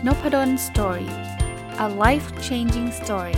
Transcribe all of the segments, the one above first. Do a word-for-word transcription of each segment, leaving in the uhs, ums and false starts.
Nopadon Story. A life-changing story.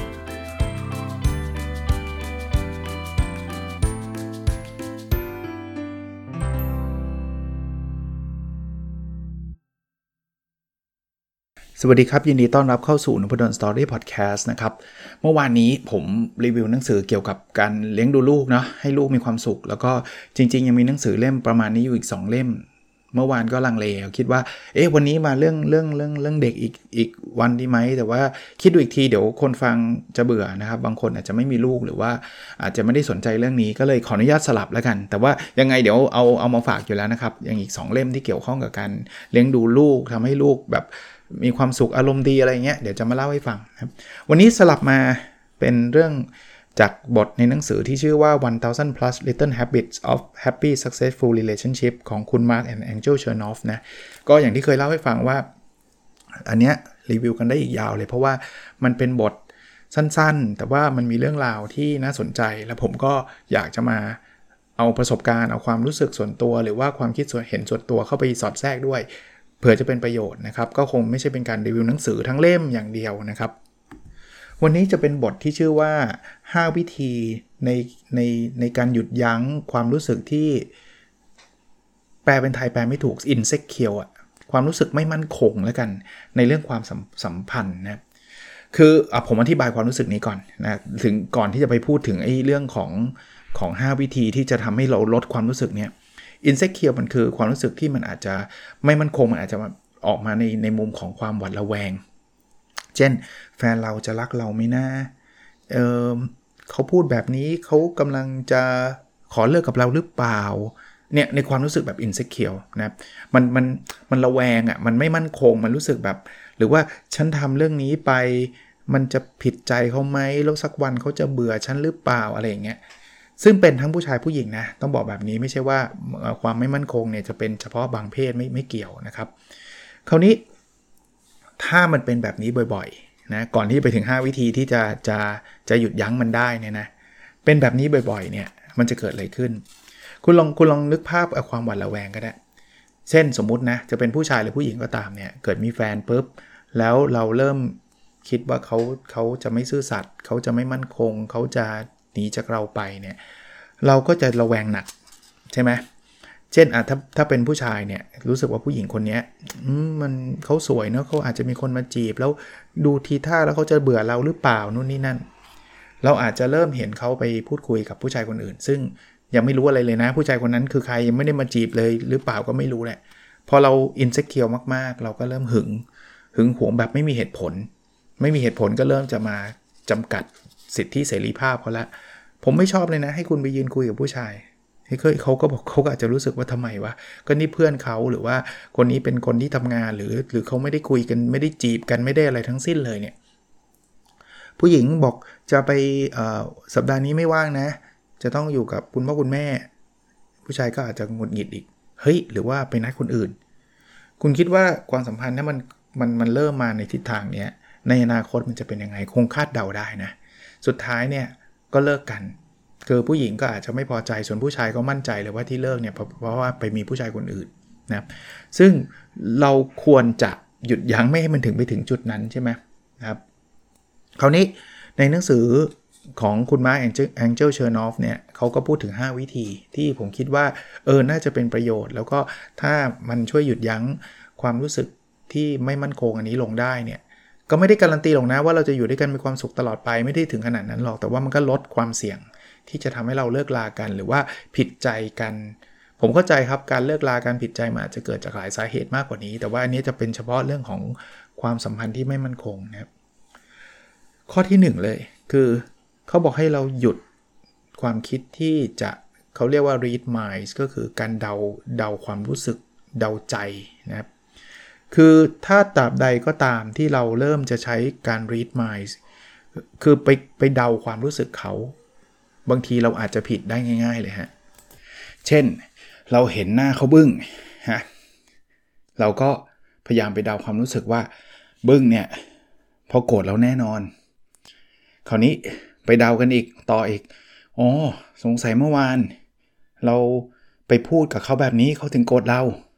สวัสดีครับยินดีต้อนรับเข้าสู่ Nopadon Story Podcast นะครับเมื่อวานนี้ผมรีวิวหนังสือเกี่ยวกับการเลี้ยงดูลูกเนาะให้ลูกมีความสุขแล้วก็จริงๆยังมีหนังสือเล่มประมาณนี้อยู่อีกสองเล่มเมื่อวานก็ลังเลคิดว่าเอ๊ะวันนี้มาเรื่องเรื่องเรื่องเรื่องเด็กอีกอีกวันดีไหมแต่ว่าคิดดูอีกทีเดี๋ยวคนฟังจะเบื่อนะครับบางคนอาจจะไม่มีลูกหรือว่าอาจจะไม่ได้สนใจเรื่องนี้ก็เลยขออนุญาตสลับแล้วกันแต่ว่ายังไงเดี๋ยวเอาเอามาฝากอยู่แล้วนะครับยังอีกสองเล่มที่เกี่ยวข้องกับการเลี้ยงดูลูกทำให้ลูกแบบมีความสุขอารมณ์ดีอะไรเงี้ยเดี๋ยวจะมาเล่าให้ฟังครับวันนี้สลับมาเป็นเรื่องจากบทในหนังสือที่ชื่อว่า one thousand plus little habits of happy successful relationship ของคุณ Mark and Angel Chernoff นะก็อย่างที่เคยเล่าให้ฟังว่าอันเนี้ยรีวิวกันได้อีกยาวเลยเพราะว่ามันเป็นบทสั้นๆแต่ว่ามันมีเรื่องราวที่น่าสนใจแล้วผมก็อยากจะมาเอาประสบการณ์เอาความรู้สึกส่วนตัวหรือว่าความคิดส่วนเห็นส่วนตัวเข้าไปสอดแทรกด้วยเผื่อจะเป็นประโยชน์นะครับก็คงไม่ใช่เป็นการรีวิวหนังสือทั้งเล่มอย่างเดียวนะครับวันนี้จะเป็นบทที่ชื่อว่าห้าวิธีในในในการหยุดยั้งความรู้สึกที่แปลเป็นไทยแปลไม่ถูก insecure อ่ะความรู้สึกไม่มั่นคงแล้วกันในเรื่องความสัมสัมพันธ์นะคืออ่ะผมอธิบายความรู้สึกนี้ก่อนนะถึงก่อนที่จะไปพูดถึงไอ้เรื่องของของห้าวิธีที่จะทำให้เราลดความรู้สึกเนี้ยinsecure มันคือความรู้สึกที่มันอาจจะไม่มั่นคงมันอาจจะออกมาในในมุมของความหวาดระแวงเช่นแฟนเราจะรักเราไหมนะเออเขาพูดแบบนี้เขากำลังจะขอเลิกกับเราหรือเปล่าเนี่ยในความรู้สึกแบบ insecure นะมันมันมันระแวงอ่ะมันไม่มั่นคงมันรู้สึกแบบหรือว่าฉันทำเรื่องนี้ไปมันจะผิดใจเขาไหมแล้วสักวันเขาจะเบื่อฉันหรือเปล่าอะไรอย่างเงี้ยซึ่งเป็นทั้งผู้ชายผู้หญิงนะต้องบอกแบบนี้ไม่ใช่ว่าความไม่มั่นคงเนี่ยจะเป็นเฉพาะบางเพศไม่ไม่เกี่ยวนะครับคราวนี้ถ้ามันเป็นแบบนี้บ่อยๆนะก่อนที่ไปถึงห้าวิธีที่จะจะจะหยุดยั้งมันได้เนี่ยนะเป็นแบบนี้บ่อยๆเนี่ยมันจะเกิดอะไรขึ้นคุณลองคุณลองนึกภาพความหวาดระแวงก็ได้เช่นสมมุตินะจะเป็นผู้ชายหรือผู้หญิงก็ตามเนี่ยเกิดมีแฟนปุ๊บแล้วเราเริ่มคิดว่าเขาเขาจะไม่ซื่อสัตย์เขาจะไม่มั่นคงเขาจะหนีจากเราไปเนี่ยเราก็จะระแวงหนักใช่ไหมเช่นอ่ะถ้าถ้าเป็นผู้ชายเนี่ยรู้สึกว่าผู้หญิงคนนี้มันเขาสวยเนาะเขาอาจจะมีคนมาจีบแล้วดูทีท่าแล้วเขาจะเบื่อเราหรือเปล่านู่นนี่นั่นเราอาจจะเริ่มเห็นเขาไปพูดคุยกับผู้ชายคนอื่นซึ่งยังไม่รู้อะไรเลยนะผู้ชายคนนั้นคือใครยังไม่ได้มาจีบเลยหรือเปล่าก็ไม่รู้แหละพอเราอินเซคิวร์มากๆเราก็เริ่มหึงหึงหวงแบบไม่มีเหตุผลไม่มีเหตุผลก็เริ่มจะมาจำกัดสิทธิเสรีภาพเขาละผมไม่ชอบเลยนะให้คุณไปยืนคุยกับผู้ชายให้เขาก็บอกเขาก็อาจจะรู้สึกว่าทำไมวะก็นี่เพื่อนเขาหรือว่าคนนี้เป็นคนที่ทำงานหรือหรือเขาไม่ได้คุยกันไม่ได้จีบกันไม่ได้อะไรทั้งสิ้นเลยเนี่ยผู้หญิงบอกจะไปสัปดาห์นี้ไม่ว่างนะจะต้องอยู่กับคุณพ่อคุณแม่ผู้ชายก็อาจจะหงุดหงิดอีกเฮ้ยหรือว่าไปนัดคนอื่นคุณคิดว่าความสัมพันธ์นั้นมันมันมันเริ่มมาในทิศทางเนี้ยในอนาคตมันจะเป็นยังไงคงคาดเดาได้นะสุดท้ายเนี่ยก็เลิกกันคือผู้หญิงก็อาจจะไม่พอใจส่วนผู้ชายก็มั่นใจเลยว่าที่เลิกเนี่ยเพราะว่าไปมีผู้ชายคนอื่นนะซึ่งเราควรจะหยุดยั้งไม่ให้มันถึงไปถึงจุดนั้นใช่ไหมนะครับคราวนี้ในหนังสือของคุณ Mark Angel Chernoff เนี่ยเขาก็พูดถึงห้าวิธีที่ผมคิดว่าเออน่าจะเป็นประโยชน์แล้วก็ถ้ามันช่วยหยุดยั้งความรู้สึกที่ไม่มั่นคงอันนี้ลงได้เนี่ยก็ไม่ได้การันตีหรอกนะว่าเราจะอยู่ด้วยกันมีความสุขตลอดไปไม่ได้ถึงขนาดนั้นหรอกแต่ว่ามันก็ลดความเสี่ยงที่จะทำให้เราเลิกลากันหรือว่าผิดใจกันผมเข้าใจครับการเลิกลากันผิดใจมันอาจจะเกิดจากหลายสาเหตุมากกว่านี้แต่ว่าอันนี้จะเป็นเฉพาะเรื่องของความสัมพันธ์ที่ไม่มั่นคงนะครับข้อที่หนึ่งเลยคือเขาบอกให้เราหยุดความคิดที่จะเขาเรียกว่า read minds ก็คือการเดาเดาความรู้สึกเดาใจนะครับคือถ้าตราบใดก็ตามที่เราเริ่มจะใช้การ read minds คือไปไปเดาความรู้สึกเขาบางทีเราอาจจะผิดได้ง่ายๆเลยฮะเช่นเราเห็นหน้าเขาบึ้งฮะเราก็พยายามไปเดาความรู้สึกว่าบึ้งเนี่ยพอโกรธเราแน่นอนคราวนี้ไปเดากันอีกต่ออีกอ๋อสงสัยเมื่อวานเราไปพูดกับเขาแบบนี้เขาถึงโกรธเรา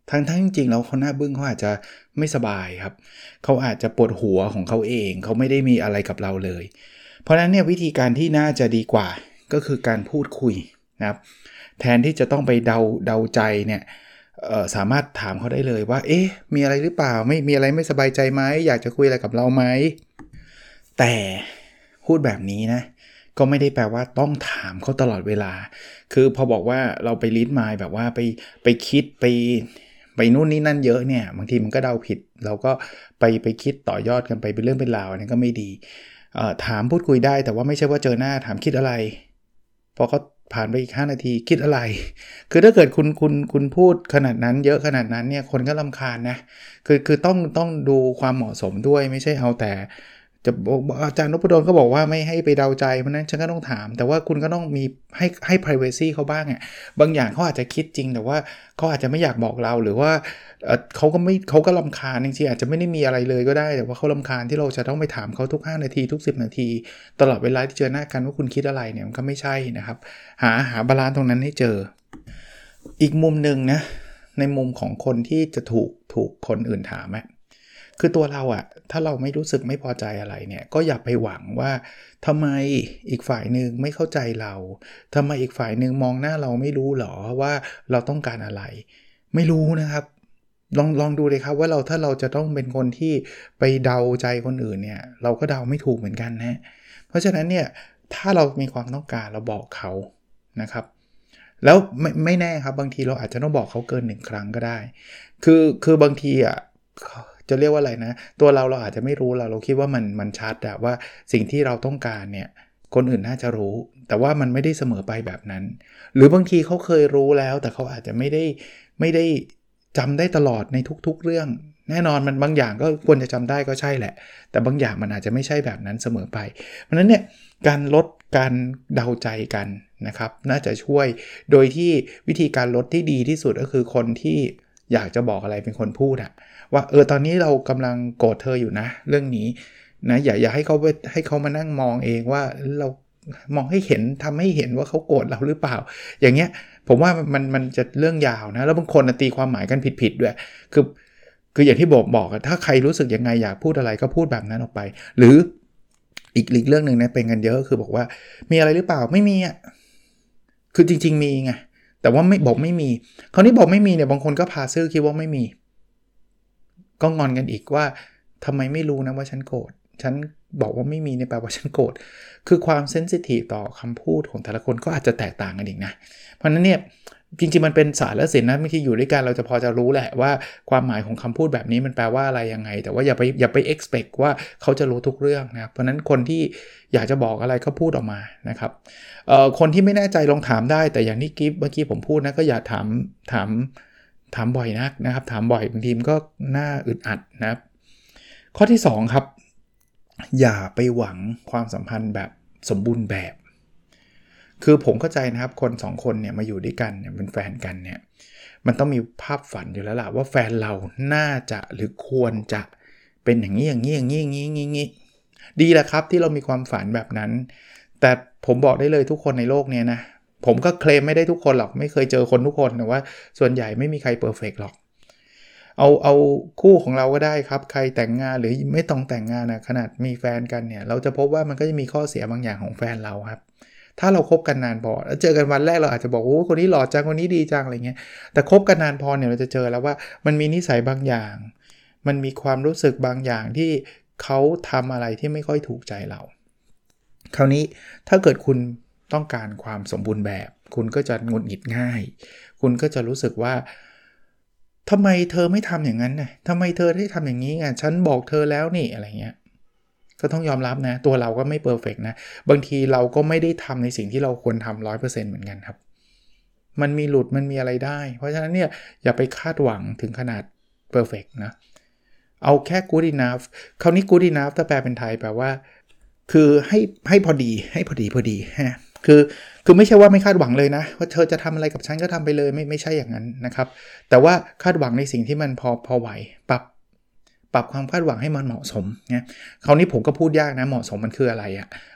ทั้งทั้งจริงๆแล้วเขาหน้าบึ้งเขาอาจจะไม่สบายครับเขาอาจจะปวดหัวของเขาเองเขาไม่ได้มีอะไรกับเราเลยเพราะฉะนั้นเนี่ยวิธีการที่น่าจะดีกว่าก็คือการพูดคุยนะครับแทนที่จะต้องไปเดาเดาใจเนี่ยเอ่อสามารถถามเขาได้เลยว่าเอ๊ะมีอะไรหรือเปล่าไม่มีอะไรไม่สบายใจไหมอยากจะคุยอะไรกับเราไหมแต่พูดแบบนี้นะก็ไม่ได้แปลว่าต้องถามเขาตลอดเวลาคือพอบอกว่าเราไปรีดมายแบบว่าไปไปคิดไปไปนู่นนี่นั่นเยอะเนี่ยบางทีมันก็เดาผิดเราก็ไปไปคิดต่อยอดกันไปเป็นเรื่องเป็นราวอันนี้ก็ไม่ดีเอ่อถามพูดคุยได้แต่ว่าไม่ใช่ว่าเจอหน้าถามคิดอะไรพอเขาผ่านไปอีกห้านาทีคิดอะไรคือถ้าเกิดคุณคุณคุณพูดขนาดนั้นเยอะขนาดนั้นเนี่ยคนก็รำคาญนะคือคือต้องต้องดูความเหมาะสมด้วยไม่ใช่เอาแต่จะอาจารย์นพดลก็บอกว่าไม่ให้ไปเดาใจเพราะนั้นฉันก็ต้องถามแต่ว่าคุณก็ต้องมีให้ให้ privacy เขาบ้างอ่ะบางอย่างเขาอาจจะคิดจริงแต่ว่าเขาอาจจะไม่อยากบอกเราหรือว่าเอ่อเขาก็ไม่เขาก็รำคาญจริงๆอาจจะไม่ได้มีอะไรเลยก็ได้แต่ว่าเขารำคาญที่เราจะต้องไปถามเขาทุกห้านาทีทุกสิบนาทีตลอดเวลาที่เจอหน้ากันว่าคุณคิดอะไรเนี่ยมันก็ไม่ใช่นะครับหาหาบาลานซ์ตรงนั้นให้เจออีกมุมนึงนะในมุมของคนที่จะถูกถูกคนอื่นถามอะคือตัวเราอะถ้าเราไม่รู้สึกไม่พอใจอะไรเนี่ยก็อย่าไปหวังว่าทำไมอีกฝ่ายนึงไม่เข้าใจเราทำไมอีกฝ่ายนึงมองหน้าเราไม่รู้หรอว่าเราต้องการอะไรไม่รู้นะครับลองลองดูเลยครับว่าเราถ้าเราจะต้องเป็นคนที่ไปเดาใจคนอื่นเนี่ยเราก็เดาไม่ถูกเหมือนกันนะเพราะฉะนั้นเนี่ยถ้าเรามีความต้องการเราบอกเขานะครับแล้วไม่ไม่แน่ครับบางทีเราอาจจะต้องบอกเขาเกินหนึ่งครั้งก็ได้คือคือบางทีอ่ะจะเรียกว่าอะไรนะตัวเราเราอาจจะไม่รู้เราเราคิดว่ามันมันชัดอะว่าสิ่งที่เราต้องการเนี่ยคนอื่นน่าจะรู้แต่ว่ามันไม่ได้เสมอไปแบบนั้นหรือบางทีเขาเคยรู้แล้วแต่เขาอาจจะไม่ได้ไม่ได้จำได้ตลอดในทุกๆเรื่องแน่นอนมันบางอย่างก็ควรจะจำได้ก็ใช่แหละแต่บางอย่างมันอาจจะไม่ใช่แบบนั้นเสมอไปเพราะฉะนั้นเนี่ยการลดการเดาใจกันนะครับน่าจะช่วยโดยที่วิธีการลดที่ดีที่สุดก็คือคนที่อยากจะบอกอะไรเป็นคนพูดอะว่าเออตอนนี้เรากำลังโกรธเธออยู่นะเรื่องนี้นะอย่าอย่าให้เขาไปให้เขามานั่งมองเองว่าเรามองให้เห็นทำให้เห็นว่าเขาโกรธเราหรือเปล่าอย่างเงี้ยผมว่ามันมันจะเรื่องยาวนะแล้วบางคนตีความหมายกันผิดๆด้วยคือคืออย่างที่บอกบอกถ้าใครรู้สึกยังไงอยากพูดอะไรก็พูดแบบนั้นออกไปหรืออีกอีกเรื่องนึงนะเป็นกันเยอะคือบอกว่ามีอะไรหรือเปล่าไม่มีอ่ะคือจริงๆมีไงแต่ว่าไม่บอกไม่มีคราวนี้บอกไม่มีเนี่ยบางคนก็พาซื่อคิดว่าไม่มีก็งอนกันอีกว่าทำไมไม่รู้นะว่าฉันโกรธฉันบอกว่าไม่มีเนี่ยแปลว่าฉันโกรธคือความเซนซิทีฟต่อคำพูดของแต่ละคนก็อาจจะแตกต่างกันอีกนะเพราะนั้นเนี่ยจริงๆมันเป็นศาสตร์และศิลป์นะบางทีอยู่ด้วยกันเราจะพอจะรู้แหละว่าความหมายของคำพูดแบบนี้มันแปลว่าอะไรยังไงแต่ว่าอย่าไปอย่าไป expect ว่าเขาจะรู้ทุกเรื่องนะเพราะนั้นคนที่อยากจะบอกอะไรก็พูดออกมานะครับเอ่อคนที่ไม่แน่ใจลองถามได้แต่อย่างที่กิ๊บเมื่อกี้ผมพูดนะก็อย่าถามถามถามบ่อยนักนะครับถามบ่อยบางทีมันก็น่าอึดอัดนะครับข้อที่สองครับอย่าไปหวังความสัมพันธ์แบบสมบูรณ์แบบคือผมเข้าใจนะครับคนสองคนเนี่ยมาอยู่ด้วยกันเนี่ยเป็นแฟนกันเนี่ยมันต้องมีภาพฝันอยู่แล้วล่ะว่าแฟนเราน่าจะหรือควรจะเป็นอย่างนี้อย่างนี้อย่างนี้อย่างนี้อย่างนี้ดีแหละครับที่เรามีความฝันแบบนั้นแต่ผมบอกได้เลยทุกคนในโลกนี้นะผมก็เคลมไม่ได้ทุกคนหรอกไม่เคยเจอคนทุกคนแต่ว่าส่วนใหญ่ไม่มีใครเพอร์เฟกต์หรอกเอาเอาคู่ของเราก็ได้ครับใครแต่งงานหรือไม่ต้องแต่งงานนะขนาดมีแฟนกันเนี่ยเราจะพบว่ามันก็จะมีข้อเสียบางอย่างของแฟนเราครับถ้าเราคบกันนานพอแล้วเจอกันวันแรกเราอาจจะบอกโอ้คนนี้หล่อจังคนนี้ดีจังอะไรเงี้ยแต่คบกันนานพอเนี่ยเราจะเจอแล้วว่ามันมีนิสัยบางอย่างมันมีความรู้สึกบางอย่างที่เขาทำอะไรที่ไม่ค่อยถูกใจเราคราวนี้ถ้าเกิดคุณต้องการความสมบูรณ์แบบคุณก็จะหงุดหงิดง่ายคุณก็จะรู้สึกว่าทำไมเธอไม่ทำอย่างนั้นน่ะทำไมเธอได้ทำอย่างนี้ไงฉันบอกเธอแล้วนี่อะไรเงี้ยก็ต้องยอมรับนะตัวเราก็ไม่เพอร์เฟกต์นะบางทีเราก็ไม่ได้ทำในสิ่งที่เราควรทำ หนึ่งร้อยเปอร์เซ็นต์ เหมือนกันครับมันมีหลุดมันมีอะไรได้เพราะฉะนั้นเนี่ยอย่าไปคาดหวังถึงขนาดเพอร์เฟกต์นะเอาแค่ good enough คราวนี้ good enough ถ้าแปลเป็นไทยแปลว่าคือให้ให้พอดีให้พอดีพอดีฮะคือคือไม่ใช่ว่าไม่คาดหวังเลยนะว่าเธอจะทำอะไรกับฉันก็ทำไปเลยไม่ไม่ใช่อย่างนั้นนะครับแต่ว่าคาดหวังในสิ่งที่มันพอพอไหวปรับปรับความคาดหวังให้มันเหมาะสมนะคราวนี้ผมก็พูดยากนะเหมาะสมมันคืออะไรอะ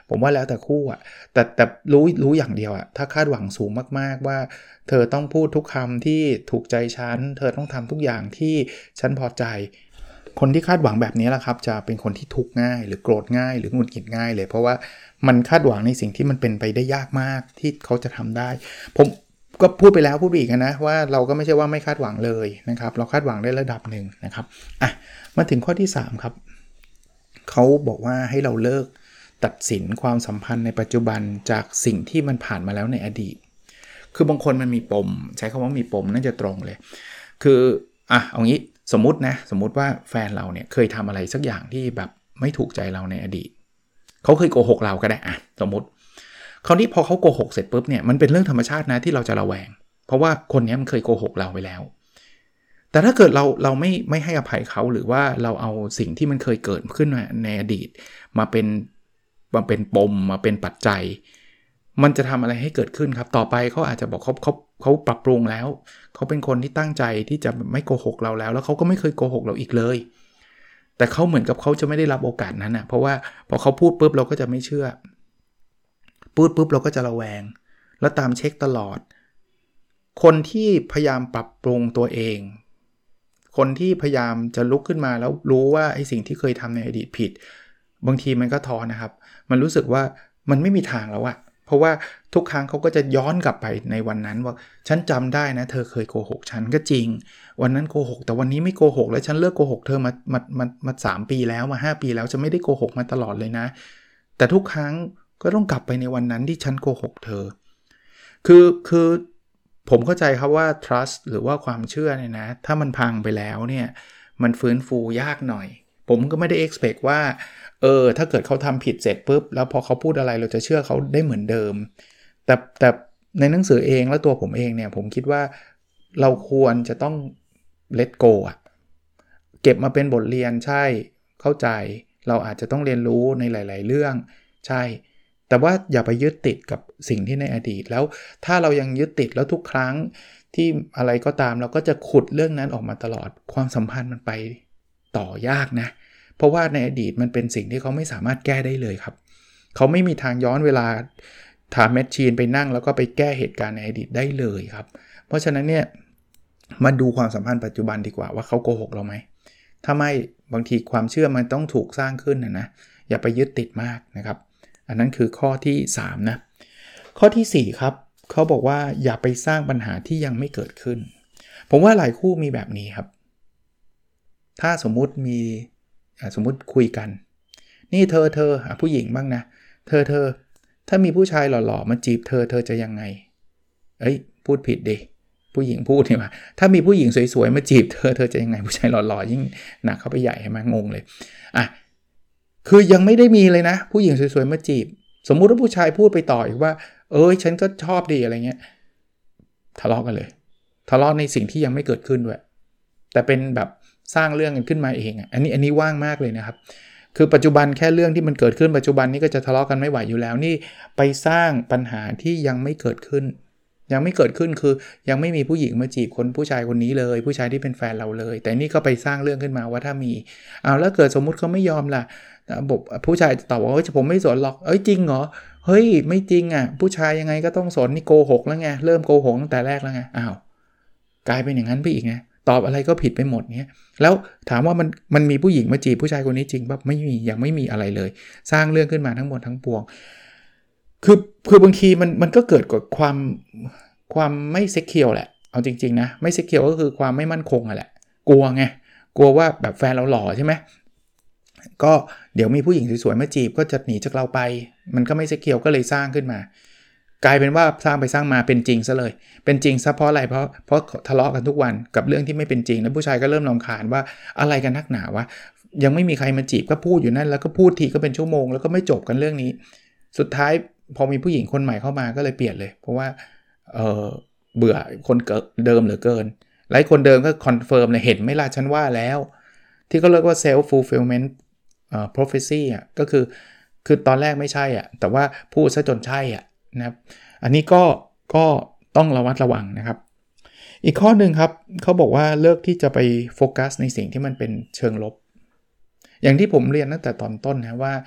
ผมว่าแล้วแต่คู่อ่ะแต่แต่รู้รู้อย่างเดียวอ่ะถ้าคาดหวังสูงมากๆว่าเธอต้องพูดทุกคำที่ถูกใจฉันเธอต้องทำทุกอย่างที่ฉันพอใจคนที่คาดหวังแบบนี้แหละครับจะเป็นคนที่ทุกข์ง่ายหรือโกรธง่ายหรือหงุดหงิดง่ายเลยเพราะว่ามันคาดหวังในสิ่งที่มันเป็นไปได้ยากมากที่เขาจะทำได้ผมก็พูดไปแล้วพูดอีกนะว่าเราก็ไม่ใช่ว่าไม่คาดหวังเลยนะครับเราคาดหวังได้ระดับหนึ่งนะครับอ่ะมาถึงข้อที่สามครับเขาบอกว่าให้เราเลิกตัดสินความสัมพันธ์ในปัจจุบันจากสิ่งที่มันผ่านมาแล้วในอดีตคือบางคนมันมีปมใช้คำว่ามีปมน่าจะตรงเลยคืออ่ะเอางี้สมมุตินะสมมุติว่าแฟนเราเนี่ยเคยทำอะไรสักอย่างที่แบบไม่ถูกใจเราในอดีตเขาเคยโกหกเราก็ได้อ่ะสมมุติคราวนี้พอเขาโกหกเสร็จปุ๊บเนี่ยมันเป็นเรื่องธรรมชาตินะที่เราจะระแวงเพราะว่าคนนี้มันเคยโกหกเราไปแล้วแต่ถ้าเกิดเราเราไม่ไม่ให้อภัยเขาหรือว่าเราเอาสิ่งที่มันเคยเกิดขึ้นในอดีตมาเป็นมาเป็นปมมาเป็นปัจจัยมันจะทำอะไรให้เกิดขึ้นครับต่อไปเขาอาจจะบอกเขาเขาเขาปรับปรุงแล้วเขาเป็นคนที่ตั้งใจที่จะไม่โกหกเราแล้วแล้วเขาก็ไม่เคยโกหกเราอีกเลยแต่เขาเหมือนกับเขาจะไม่ได้รับโอกาสนั้นนะเพราะว่าพอเขาพูดปุ๊บเราก็จะไม่เชื่อพูดปุ๊บเราก็จะระแวงแล้วตามเช็คตลอดคนที่พยายามปรับปรุงตัวเองคนที่พยายามจะลุกขึ้นมาแล้วรู้ว่าไอ้สิ่งที่เคยทำในอดีตผิดบางทีมันก็ท้อนะครับมันรู้สึกว่ามันไม่มีทางแล้วอะเพราะว่าทุกครั้งเขาก็จะย้อนกลับไปในวันนั้นว่าฉันจำได้นะเธอเคยโกหกฉันก็จริงวันนั้นโกหกแต่วันนี้ไม่โกหกแล้วฉันเลิกโกหกเธอมามามามาสามปีแล้วมาห้าปีแล้วจะไม่ได้โกหกมาตลอดเลยนะแต่ทุกครั้งก็ต้องกลับไปในวันนั้นที่ฉันโกหกเธอคือคือผมเข้าใจครับว่า trust หรือว่าความเชื่อเนี่ยนะถ้ามันพังไปแล้วเนี่ยมันฟื้นฟูยากหน่อยผมก็ไม่ได้ expect ว่าเออถ้าเกิดเขาทำผิดเสร็จปุ๊บแล้วพอเขาพูดอะไรเราจะเชื่อเขาได้เหมือนเดิมแต่แต่ในหนังสือเองและตัวผมเองเนี่ยผมคิดว่าเราควรจะต้อง let go อะเก็บมาเป็นบทเรียนใช่เข้าใจเราอาจจะต้องเรียนรู้ในหลายๆเรื่องใช่แต่ว่าอย่าไปยึดติดกับสิ่งที่ในอดีตแล้วถ้าเรายังยึดติดแล้วทุกครั้งที่อะไรก็ตามเราก็จะขุดเรื่องนั้นออกมาตลอดความสัมพันธ์มันไปต่อยากนะเพราะว่าในอดีตมันเป็นสิ่งที่เขาไม่สามารถแก้ได้เลยครับเขาไม่มีทางย้อนเวลาถามแมชชีนไปนั่งแล้วก็ไปแก้เหตุการณ์ในอดีตได้เลยครับเพราะฉะนั้นเนี่ยมาดูความสัมพันธ์ปัจจุบันดีกว่าว่าเขาโกหกเราไหมถ้าไม่บางทีความเชื่อมันต้องถูกสร้างขึ้นนะนะอย่าไปยึดติดมากนะครับอันนั้นคือข้อที่สามนะข้อที่สี่ครับเขาบอกว่าอย่าไปสร้างปัญหาที่ยังไม่เกิดขึ้นผมว่าหลายคู่มีแบบนี้ครับถ้าสมมุติมีสมมุติคุยกันนี่เธอเธอผู้หญิงบ้างนะเธอเธอถ้ามีผู้ชายหล่อๆมาจีบเธอเธอจะยังไงเอ้ยพูดผิดดิผู้หญิงพูดนี่ว่าถ้ามีผู้หญิงสวยๆมาจีบเธอเธอจะยังไงผู้ชายหล่อๆยิ่งหนักเข้าไปใหญ่ให้มันงงเลยอ่ะคือยังไม่ได้มีเลยนะผู้หญิงสวยๆมาจีบสมมุติว่าผู้ชายพูดไปต่ออีกว่าเอ้ยฉันก็ชอบดีอะไรเงี้ยทะเลาะกันเลยทะเลาะในสิ่งที่ยังไม่เกิดขึ้นด้วยแต่เป็นแบบสร้างเรื่องกันขึ้นมาเองอ่ะอันนี้อันนี้ว่างมากเลยนะครับคือปัจจุบันแค่เรื่องที่มันเกิดขึ้นปัจจุบันนี้ก็จะทะเลาะกันไม่ไหวอยู่แล้วนี่ไปสร้างปัญหาที่ยังไม่เกิดขึ้นยังไม่เกิดขึ้นคือยังไม่มีผู้หญิงมาจีบคนผู้ชายคนนี้เลยผู้ชายที่เป็นแฟนเราเลยแต่นี่ก็ไปสร้างเรื่องขึ้นมาว่าถ้ามีเอาแล้วเกิดสมมุติเขาไม่ยอมล่ะบอกผู้ชายตอบว่าเฮ้ยผมไม่สนหรอกเอ้ยจริงเหรอเฮ้ยไม่จริงอ่ะผู้ชายยังไงก็ต้องสนนี่โกหกแล้วไงเริ่มโกหกตั้งแต่แรกแล้วไงอ้าวกลายเป็นอย่างนั้นไปอีกไงตอบอะไรก็ผิดไปหมดเนี้ยแล้วถามว่ามันมันมีผู้หญิงมาจีบผู้ชายคนนี้จริงป่ะไม่มียังไม่มีอะไรเลยสร้างเรื่องขึ้นมาทั้งหมดทั้งปวงคือคือบางทีมันมันก็เกิดกับความความไม่เซ็กเคียวแหละเอาจริงๆนะไม่เซ็กเคียวก็คือความไม่มั่นคงอ่ะแหละกลัวไงกลัวว่าแบบแฟนเราหล่อใช่ไหมก็เดี๋ยวมีผู้หญิงสวยๆมาจีบก็จะหนีจากเราไปมันก็ไม่เซ็กเคียวก็เลยสร้างขึ้นมากลายเป็นว่าสร้างไปสร้างมาเป็นจริงซะเลยเป็นจริงซะเพราะอะไรเพราะเพราะทะเลาะกันทุกวันกับเรื่องที่ไม่เป็นจริงแล้วผู้ชายก็เริ่มรำคาญว่าอะไรกันนักหนาวะยังไม่มีใครมาจีบก็พูดอยู่นั่นแล้วก็พูดทีก็เป็นชั่วโมงแล้วก็ไม่จบกันเรื่องนี้สุดท้ายพอมีผู้หญิงคนใหม่เข้ามาก็เลยเปลี่ยนเลยเพราะว่าเออเบื่อคนเดิมเหลือเกินหลายคนเดิมก็คอนเฟิร์มเลยเห็นไหมล่ะฉันว่าแล้วที่เขาเรียกว่า self fulfillment เอ่อ prophecy อ่ะก็คือคือตอนแรกไม่ใช่อ่ะแต่ว่าพูดซะจนใช่อ่ะนะครับอันนี้ก็ก็ต้องระมัดระวังนะครับอีกข้อหนึ่งครับเขาบอกว่าเลิกที่จะไปโฟกัสในสิ่งที่มันเป็นเชิงลบอย่างที่ผมเรียนตั้งแต่ตอนต้นนะว่า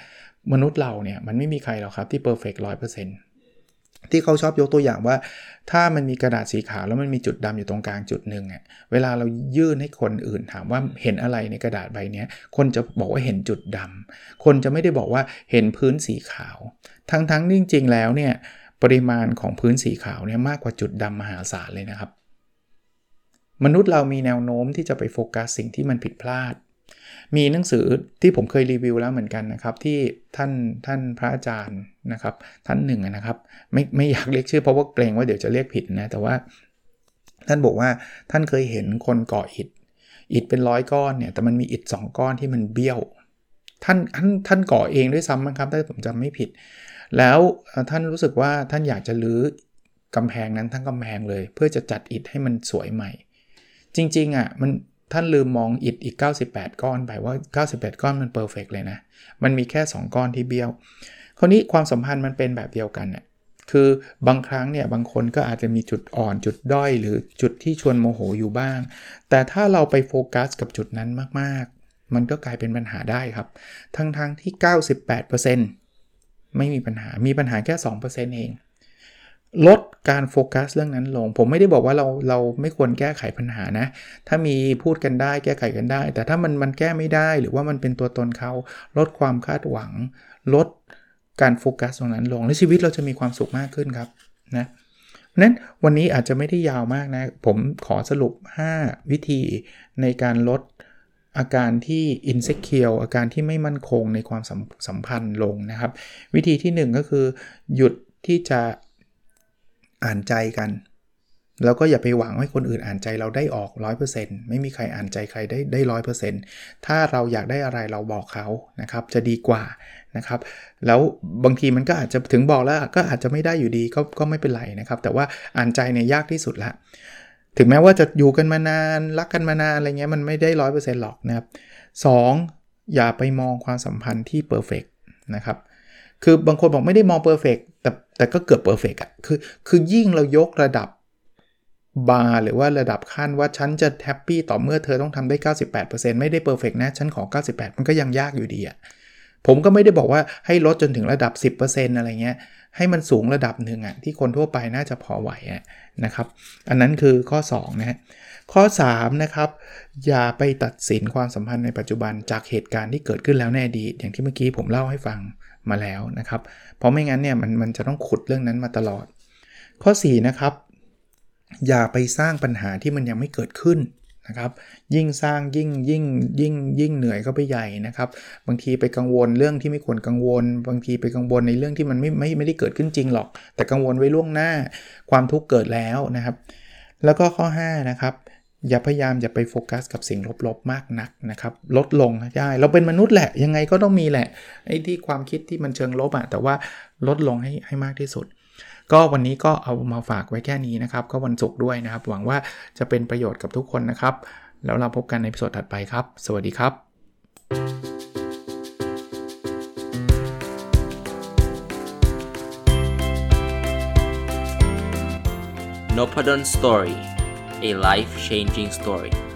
มนุษย์เราเนี่ยมันไม่มีใครหรอกครับที่เพอร์เฟกต์ ร้อยเปอร์เซ็นต์ ที่เขาชอบยกตัวอย่างว่าถ้ามันมีกระดาษสีขาวแล้วมันมีจุดดำอยู่ตรงกลางจุดนึงอ่ะเวลาเรายื่นให้คนอื่นถามว่าเห็นอะไรในกระดาษใบนี้คนจะบอกว่าเห็นจุดดำคนจะไม่ได้บอกว่าเห็นพื้นสีขาวทั้งๆจริงๆแล้วเนี่ยปริมาณของพื้นสีขาวเนี่ยมากกว่าจุดดำมหาศาลเลยนะครับมนุษย์เรามีแนวโน้มที่จะไปโฟกัสสิ่งที่มันผิดพลาดมีหนังสือที่ผมเคยรีวิวแล้วเหมือนกันนะครับที่ท่านท่านพระอาจารย์นะครับท่านหนึ่งนะครับไม่ไม่อยากเรียกชื่อเพราะว่าเกรงว่าเดี๋ยวจะเรียกผิดนะแต่ว่าท่านบอกว่าท่านเคยเห็นคนก่ออิฐอิฐเป็นร้อยก้อนเนี่ยแต่มันมีอิฐสองก้อนที่มันเบี้ยวท่านท่านท่านก่อเองด้วยซ้ำมั้งครับถ้าผมจำไม่ผิดแล้วท่านรู้สึกว่าท่านอยากจะรื้อกำแพงนั้นทั้งกำแพงเลยเพื่อจะจัดอิฐให้มันสวยใหม่จริงๆอ่ะมันท่านลืมมองอิฐอีกเก้าสิบแปดก้อนไปว่าเก้าสิบแปดก้อนมันเพอร์เฟคเลยนะมันมีแค่สองก้อนที่เบี้ยวคราวนี้ความสัมพันธ์มันเป็นแบบเดียวกันน่ะคือบางครั้งเนี่ยบางคนก็อาจจะมีจุดอ่อนจุดด้อยหรือจุดที่ชวนโมโหอยู่บ้างแต่ถ้าเราไปโฟกัสกับจุดนั้นมากๆมันก็กลายเป็นปัญหาได้ครับทั้งๆที่ เก้าสิบแปดเปอร์เซ็นต์ ไม่มีปัญหามีปัญหาแค่ สองเปอร์เซ็นต์ เองลดการโฟกัสเรื่องนั้นลงผมไม่ได้บอกว่าเราเราไม่ควรแก้ไขปัญหานะถ้ามีพูดกันได้แก้ไขกันได้แต่ถ้ามันมันแก้ไม่ได้หรือว่ามันเป็นตัวตนเขาลดความคาดหวังลดการโฟกัสตรงนั้นลงและชีวิตเราจะมีความสุขมากขึ้นครับนะเพราะฉะนั้นวันนี้อาจจะไม่ได้ยาวมากนะผมขอสรุปห้าวิธีในการลดอาการที่ insecure อาการที่ไม่มั่นคงในความสัมพันธ์ลงนะครับวิธีที่หนึ่งก็คือหยุดที่จะอ่านใจกันแล้วก็อย่าไปหวังให้คนอื่นอ่านใจเราได้ออก ร้อยเปอร์เซ็นต์ ไม่มีใครอ่านใจใครได้ได้ ร้อยเปอร์เซ็นต์ ถ้าเราอยากได้อะไรเราบอกเขานะครับจะดีกว่านะครับแล้วบางทีมันก็อาจจะถึงบอกแล้วก็อาจจะไม่ได้อยู่ดีก็ก็ไม่เป็นไรนะครับแต่ว่าอ่านใจเนี่ยยากที่สุดละถึงแม้ว่าจะอยู่กันมานานรักกันมานานอะไรเงี้ยมันไม่ได้ ร้อยเปอร์เซ็นต์ หรอกนะครับสองอย่าไปมองความสัมพันธ์ที่เพอร์เฟคนะครับคือบางคนบอกไม่ได้มองเพอร์เฟคแต่แต่ก็เกือบเพอร์เฟคอ่ะคือคือยิ่งเรายกระดับบาร์หรือว่าระดับขั้นว่าฉันจะแฮปปี้ต่อเมื่อเธอต้องทำได้ เก้าสิบแปดเปอร์เซ็นต์ ไม่ได้เพอร์เฟคนะฉันขอเก้าสิบแปดมันก็ยังยากอยู่ดีอ่ะผมก็ไม่ได้บอกว่าให้ลดจนถึงระดับ สิบเปอร์เซ็นต์ อะไรเงี้ยให้มันสูงระดับหนึ่งอ่ะที่คนทั่วไปน่าจะพอไหวอ่ะนะครับอันนั้นคือข้อสองนะฮะข้อสามนะครับอย่าไปตัดสินความสัมพันธ์ในปัจจุบันจากเหตุการณ์ที่เกิดขึ้นแล้วในอดีตอย่างที่เมื่อกี้ผมเล่าให้ฟังมาแล้วนะครับเพราะไม่งั้นเนี่ยมันมันจะต้องขุดเรื่องนั้นมาตลอดข้อสี่นะครับอย่าไปสร้างปัญหาที่มันยังไม่เกิดขึ้นนะครับยิ่งสร้างยิ่งยิ่งยิ่งยิ่งเหนื่อยเข้าไปใหญ่นะครับบางทีไปกังวลเรื่องที่ไม่ควรกังวลบางทีไปกังวลในเรื่องที่มันไม่ไม่ไม่ได้เกิดขึ้นจริงหรอกแต่กังวลไว้ล่วงหน้าความทุกข์เกิดแล้วนะครับแล้วก็ข้อห้านะครับอย่าพยายามอย่าไปโฟกัสกับสิ่งลบๆมากนักนะครับลดลงได้เราเป็นมนุษย์แหละยังไงก็ต้องมีแหละไอ้ที่ความคิดที่มันเชิงลบอ่ะแต่ว่าลดลงให้ให้มากที่สุดก็วันนี้ก็เอามาฝากไว้แค่นี้นะครับก็วันศุกร์ด้วยนะครับหวังว่าจะเป็นประโยชน์กับทุกคนนะครับแล้วเราพบกันในตอนถัดไปครับสวัสดีครับ Nopadon Story, a life-changing story.